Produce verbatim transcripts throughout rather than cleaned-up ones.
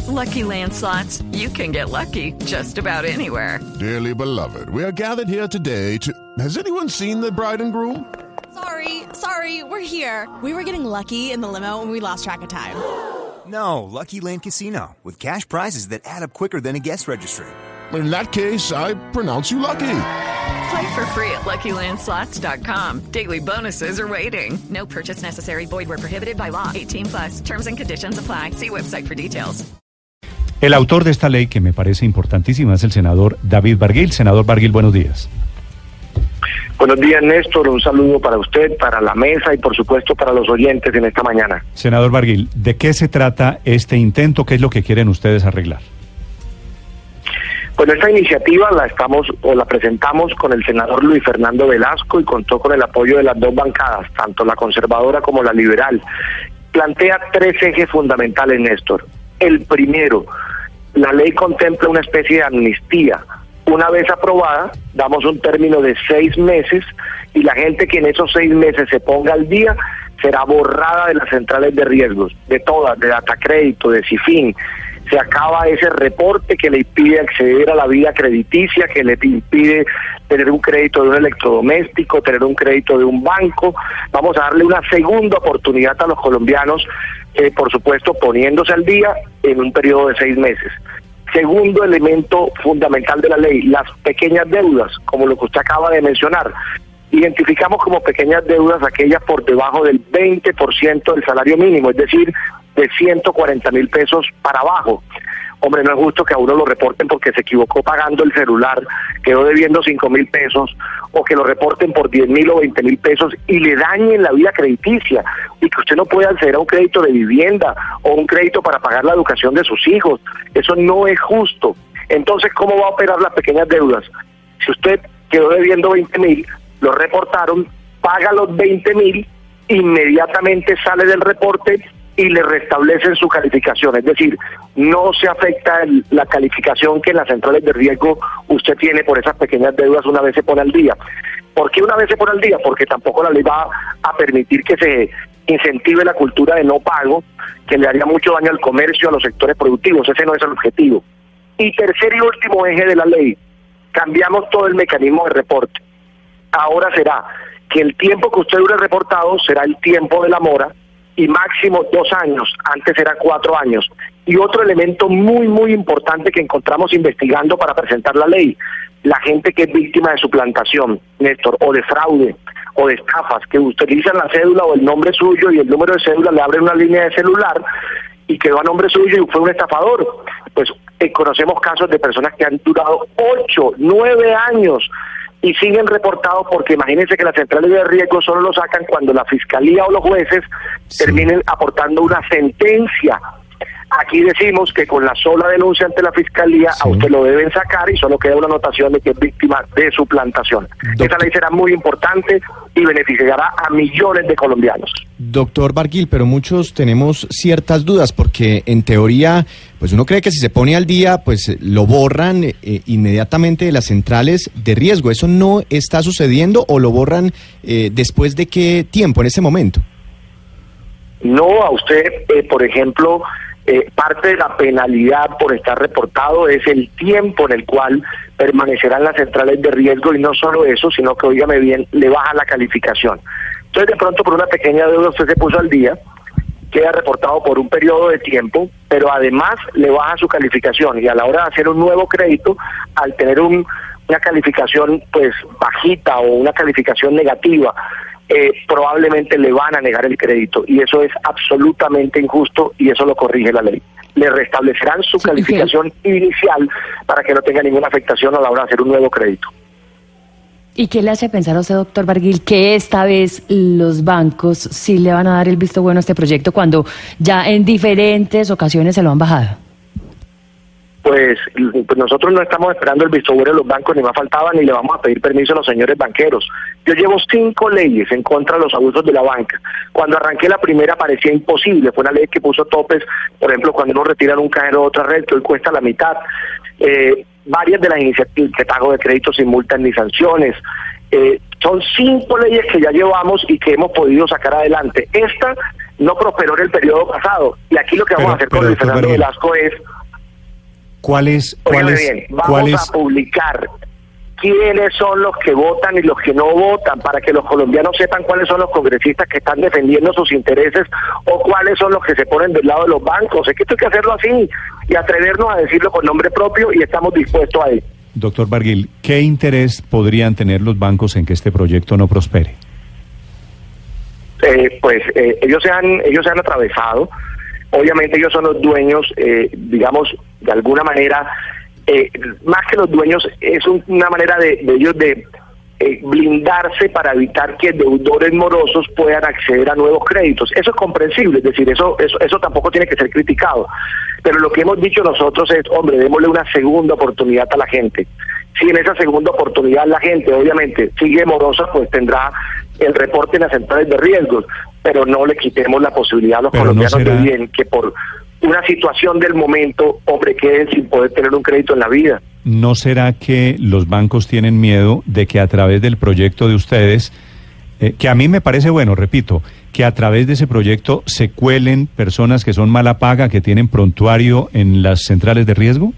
Lucky Land Slots, you can get lucky just about anywhere. Dearly beloved, we are gathered here today to... Has anyone seen the bride and groom? Sorry, sorry, we're here. We were getting lucky in the limo and we lost track of time. No, Lucky Land Casino, with cash prizes that add up quicker than a guest registry. In that case, I pronounce you lucky. Play for free at Lucky Land Slots dot com. Daily bonuses are waiting. No purchase necessary. Void where prohibited by law. eighteen plus. Terms and conditions apply. See website for details. El autor de esta ley, que me parece importantísima, es el senador David Barguil. Senador Barguil, buenos días. Buenos días, Néstor. Un saludo para usted, para la mesa y, por supuesto, para los oyentes en esta mañana. Senador Barguil, ¿de qué se trata este intento? ¿Qué es lo que quieren ustedes arreglar? Bueno, esta iniciativa la estamos o la presentamos con el senador Luis Fernando Velasco y contó con el apoyo de las dos bancadas, tanto la conservadora como la liberal. Plantea tres ejes fundamentales, Néstor. El primero, la ley contempla una especie de amnistía. Una vez aprobada, damos un término de seis meses y la gente que en esos seis meses se ponga al día será borrada de las centrales de riesgos, de todas, de Datacrédito, de Cifin. Se acaba ese reporte que le impide acceder a la vida crediticia, que le impide tener un crédito de un electrodoméstico, tener un crédito de un banco. Vamos a darle una segunda oportunidad a los colombianos, eh, por supuesto poniéndose al día en un periodo de seis meses. Segundo elemento fundamental de la ley, las pequeñas deudas, como lo que usted acaba de mencionar. Identificamos como pequeñas deudas aquellas por debajo del veinte por ciento del salario mínimo, es decir, de ciento cuarenta mil pesos para abajo. Hombre, no es justo que a uno lo reporten porque se equivocó pagando el celular, quedó debiendo cinco mil pesos, o que lo reporten por diez mil o veinte mil pesos y le dañen la vida crediticia, y que usted no pueda acceder a un crédito de vivienda o un crédito para pagar la educación de sus hijos. Eso no es justo. Entonces, ¿cómo va a operar las pequeñas deudas? Si usted quedó debiendo veinte mil, lo reportaron, paga los veinte mil, inmediatamente sale del reporte y le restablecen su calificación, es decir, no se afecta el, la calificación que en las centrales de riesgo usted tiene por esas pequeñas deudas una vez se pone al día. ¿Por qué una vez se pone al día? Porque tampoco la ley va a permitir que se incentive la cultura de no pago, que le haría mucho daño al comercio, a los sectores productivos. Ese no es el objetivo. Y tercer y último eje de la ley, cambiamos todo el mecanismo de reporte. Ahora será que el tiempo que usted dure reportado será el tiempo de la mora, y máximo dos años, antes era cuatro años. Y otro elemento muy, muy importante que encontramos investigando para presentar la ley, la gente que es víctima de suplantación, Néstor, o de fraude, o de estafas, que utilizan la cédula o el nombre suyo y el número de cédula, le abren una línea de celular y quedó a nombre suyo y fue un estafador. Pues eh, conocemos casos de personas que han durado ocho, nueve años y siguen reportados porque imagínense que las centrales de riesgo solo lo sacan cuando la fiscalía o los jueces sí. terminen aportando una sentencia. Aquí decimos que con la sola denuncia ante la fiscalía sí. a usted lo deben sacar y solo queda una anotación de que es víctima de suplantación. Doctor. Esa ley será muy importante y beneficiará a millones de colombianos. Doctor Barguil, pero muchos tenemos ciertas dudas porque en teoría, pues uno cree que si se pone al día, pues lo borran eh, inmediatamente de las centrales de riesgo. ¿Eso no está sucediendo o lo borran eh, después de qué tiempo, en ese momento? No, a usted, eh, por ejemplo... Eh, parte de la penalidad por estar reportado es el tiempo en el cual permanecerán las centrales de riesgo, y no solo eso, sino que, óigame bien, le baja la calificación. Entonces, de pronto, por una pequeña deuda usted se puso al día, queda reportado por un periodo de tiempo, pero además le baja su calificación, y a la hora de hacer un nuevo crédito, al tener un, una calificación pues bajita o una calificación negativa, Eh, probablemente le van a negar el crédito, y eso es absolutamente injusto, y eso lo corrige la ley. Le restablecerán su calificación inicial para que no tenga ninguna afectación a la hora de hacer un nuevo crédito. ¿Y qué le hace pensar a usted, doctor Barguil, que esta vez los bancos sí le van a dar el visto bueno a este proyecto cuando ya en diferentes ocasiones se lo han bajado? Pues, pues nosotros no estamos esperando el visto bueno de los bancos, ni más faltaba, ni le vamos a pedir permiso a los señores banqueros. Yo llevo cinco leyes en contra de los abusos de la banca. Cuando arranqué la primera parecía imposible, fue una ley que puso topes, por ejemplo, cuando uno retira en un cajero de otra red, que hoy cuesta la mitad. Eh, varias de las iniciativas de pago de créditos sin multas ni sanciones. Eh, son cinco leyes que ya llevamos y que hemos podido sacar adelante. Esta no prosperó en el periodo pasado, y aquí lo que vamos pero, a hacer con Luis Fernando Velasco es ¿Cuál es? ¿Cuál Óigame es? bien, vamos ¿Cuál es? a publicar quiénes son los que votan y los que no votan, para que los colombianos sepan cuáles son los congresistas que están defendiendo sus intereses o cuáles son los que se ponen del lado de los bancos. Es que esto hay que hacerlo así y atrevernos a decirlo con nombre propio, y estamos dispuestos a ello. Doctor Barguil, ¿qué interés podrían tener los bancos en que este proyecto no prospere? Eh, pues eh, ellos se han ellos se han atravesado. Obviamente ellos son los dueños, eh, digamos, de alguna manera, eh, más que los dueños, es un, una manera de, de ellos de eh, blindarse para evitar que deudores morosos puedan acceder a nuevos créditos. Eso es comprensible, es decir, eso, eso, eso tampoco tiene que ser criticado. Pero lo que hemos dicho nosotros es, hombre, démosle una segunda oportunidad a la gente. Si en esa segunda oportunidad la gente, obviamente, sigue morosa, pues tendrá el reporte en las centrales de riesgos, pero no le quitemos la posibilidad a los Pero colombianos no será... de bien que por una situación del momento, hombre, queden sin poder tener un crédito en la vida. ¿No será que los bancos tienen miedo de que a través del proyecto de ustedes, eh, que a mí me parece bueno, repito, que a través de ese proyecto se cuelen personas que son mala paga, que tienen prontuario en las centrales de riesgo?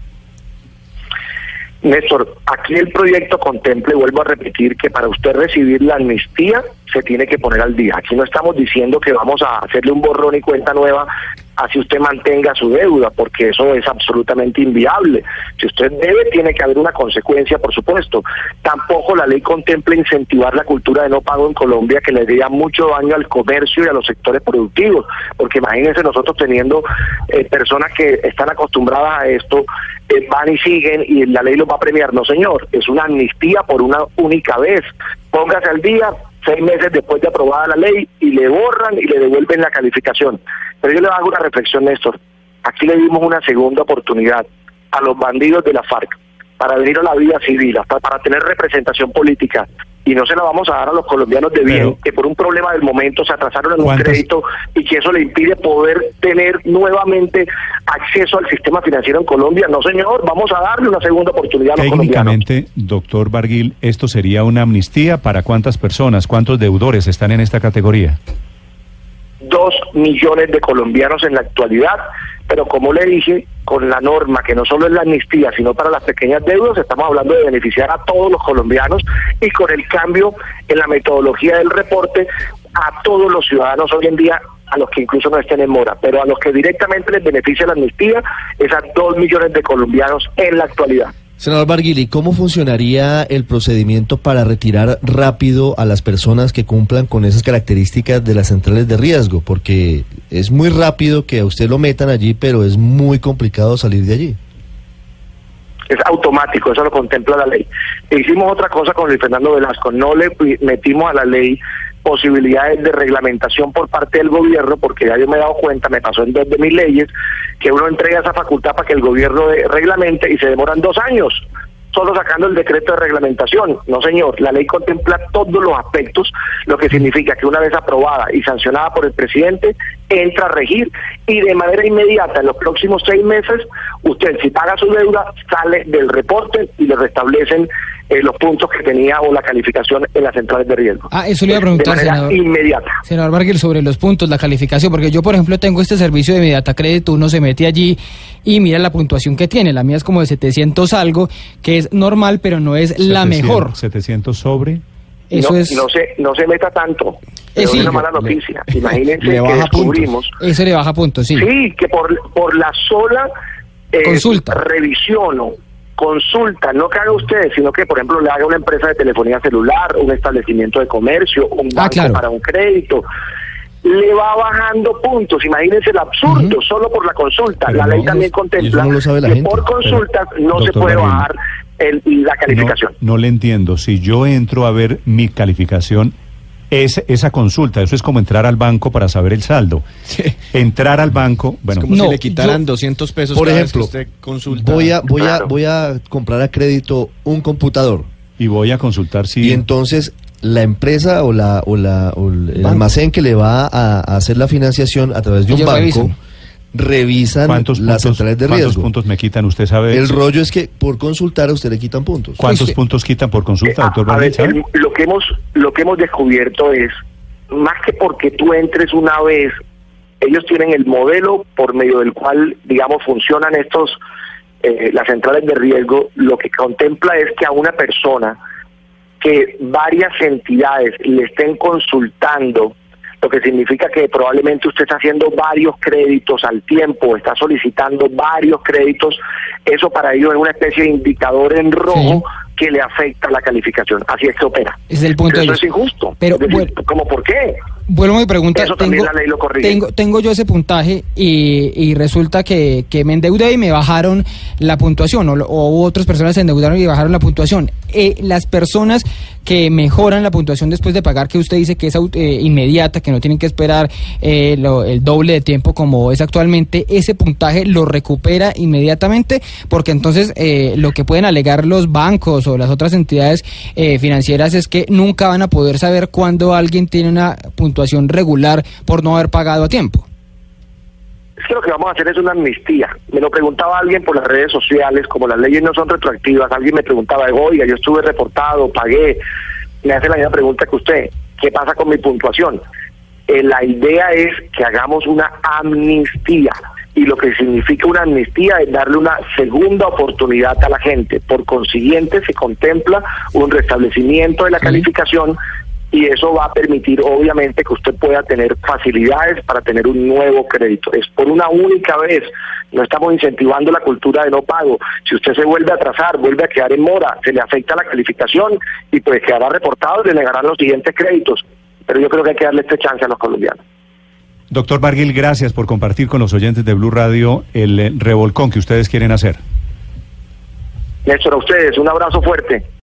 Néstor, aquí el proyecto contempla, y vuelvo a repetir, que para usted recibir la amnistía se tiene que poner al día. Aquí no estamos diciendo que vamos a hacerle un borrón y cuenta nueva así usted mantenga su deuda, porque eso es absolutamente inviable. Si usted debe, tiene que haber una consecuencia, por supuesto. Tampoco la ley contempla incentivar la cultura de no pago en Colombia, que le haría mucho daño al comercio y a los sectores productivos, porque imagínense nosotros teniendo eh, personas que están acostumbradas a esto, eh, van y siguen y la ley los va a premiar. No, señor, es una amnistía por una única vez. Póngase al día seis meses después de aprobada la ley y le borran y le devuelven la calificación. Pero yo le hago una reflexión, Néstor. Aquí le dimos una segunda oportunidad a los bandidos de la FARC para venir a la vida civil, hasta para tener representación política, y no se la vamos a dar a los colombianos de bien, Pero, que por un problema del momento se atrasaron en un ¿cuántas... crédito y que eso le impide poder tener nuevamente acceso al sistema financiero en Colombia. No, señor, vamos a darle una segunda oportunidad a los colombianos. Técnicamente, doctor Barguil, ¿esto sería una amnistía para cuántas personas, cuántos deudores están en esta categoría? Dos millones de colombianos en la actualidad, pero como le dije, con la norma que no solo es la amnistía, sino para las pequeñas deudas, estamos hablando de beneficiar a todos los colombianos, y con el cambio en la metodología del reporte a todos los ciudadanos hoy en día, a los que incluso no estén en mora, pero a los que directamente les beneficia la amnistía es a dos millones de colombianos en la actualidad. Senador Barguil, ¿y cómo funcionaría el procedimiento para retirar rápido a las personas que cumplan con esas características de las centrales de riesgo? Porque es muy rápido que a usted lo metan allí, pero es muy complicado salir de allí. Es automático, eso lo contempla la ley. E hicimos otra cosa con Luis Fernando Velasco, no le metimos a la ley posibilidades de reglamentación por parte del gobierno, porque ya yo me he dado cuenta, me pasó en dos de mis leyes, que uno entrega esa facultad para que el gobierno reglamente y se demoran dos años, solo sacando el decreto de reglamentación. No, señor, la ley contempla todos los aspectos, lo que significa que una vez aprobada y sancionada por el presidente, entra a regir y de manera inmediata, en los próximos seis meses, usted, si paga su deuda, sale del reporte y le restablecen eh, los puntos que tenía o la calificación en las centrales de riesgo. Ah, eso le iba a preguntar, de manera senador. inmediata. Senador Barguil, sobre los puntos, la calificación, porque yo, por ejemplo, tengo este servicio de Inmediata Crédito, uno se mete allí y mira la puntuación que tiene. La mía es como de setecientos algo, que es normal, pero no es la mejor. setecientos sobre... Eso no, es... no se no se meta tanto. Eh, es sí, una mala le, noticia. Imagínense le que descubrimos. Puntos. Eso le baja puntos, sí. Sí, que por, por la sola eh, consulta. revisión o consulta, no que haga usted, sino que, por ejemplo, le haga una empresa de telefonía celular, un establecimiento de comercio, un banco ah, claro. para un crédito, le va bajando puntos. Imagínense el absurdo, uh-huh. solo por la consulta. Pero la ley no, también contempla no que gente. por consultas Pero, no se puede Barguil, bajar el, la calificación. No, no le entiendo. Si yo entro a ver mi calificación, es esa consulta, eso es como entrar al banco para saber el saldo. Sí. Entrar al banco, bueno, es como no, si le quitaran yo, doscientos pesos por cada ejemplo, vez que usted consulta. Voy a voy claro. a voy a comprar a crédito un computador y voy a consultar si y entonces la empresa o la o la o el banco. almacén que le va a, a hacer la financiación a través de un Ellos banco revisan. revisan ¿Cuántos las puntos, centrales de ¿Cuántos riesgo. puntos me quitan? ¿Usted sabe? El rollo es que por consultar a usted le quitan puntos. ¿Cuántos sí. puntos quitan por consulta, eh, doctor a, a Barguil? ver, el, lo que hemos lo que hemos descubierto es, más que porque tú entres una vez, ellos tienen el modelo por medio del cual, digamos, funcionan estos eh, las centrales de riesgo lo que contempla es que a una persona que varias entidades le estén consultando, lo que significa que probablemente usted está haciendo varios créditos al tiempo, está solicitando varios créditos, eso para ellos es una especie de indicador en rojo, sí, que le afecta la calificación. Así es que opera. Es el punto. Pero eso es injusto. Pero, es decir, bueno, ¿cómo por qué? Vuelvo a mi pregunta. Eso tengo, también la ley lo corrige. Tengo, tengo yo ese puntaje y, y resulta que, que me endeudé y me bajaron la puntuación, o, o otras personas se endeudaron y bajaron la puntuación. Eh, las personas que mejoran la puntuación después de pagar, que usted dice que es eh, inmediata, que no tienen que esperar eh, lo, el doble de tiempo como es actualmente, ese puntaje lo recupera inmediatamente, porque entonces eh, lo que pueden alegar los bancos o las otras entidades eh, financieras es que nunca van a poder saber cuándo alguien tiene una puntuación regular por no haber pagado a tiempo. Es que lo que vamos a hacer es una amnistía. Me lo preguntaba alguien por las redes sociales, como las leyes no son retroactivas, alguien me preguntaba, oiga, yo estuve reportado, pagué, me hace la misma pregunta que usted, ¿qué pasa con mi puntuación? Eh, la idea es que hagamos una amnistía, y lo que significa una amnistía es darle una segunda oportunidad a la gente. Por consiguiente, se contempla un restablecimiento de la calificación, y eso va a permitir, obviamente, que usted pueda tener facilidades para tener un nuevo crédito. Es por una única vez, no estamos incentivando la cultura de no pago. Si usted se vuelve a atrasar, vuelve a quedar en mora, se le afecta la calificación y pues quedará reportado y le negarán los siguientes créditos. Pero yo creo que hay que darle este chance a los colombianos. Doctor Barguil, gracias por compartir con los oyentes de Blue Radio el eh, revolcón que ustedes quieren hacer. Néstor, a ustedes, un abrazo fuerte.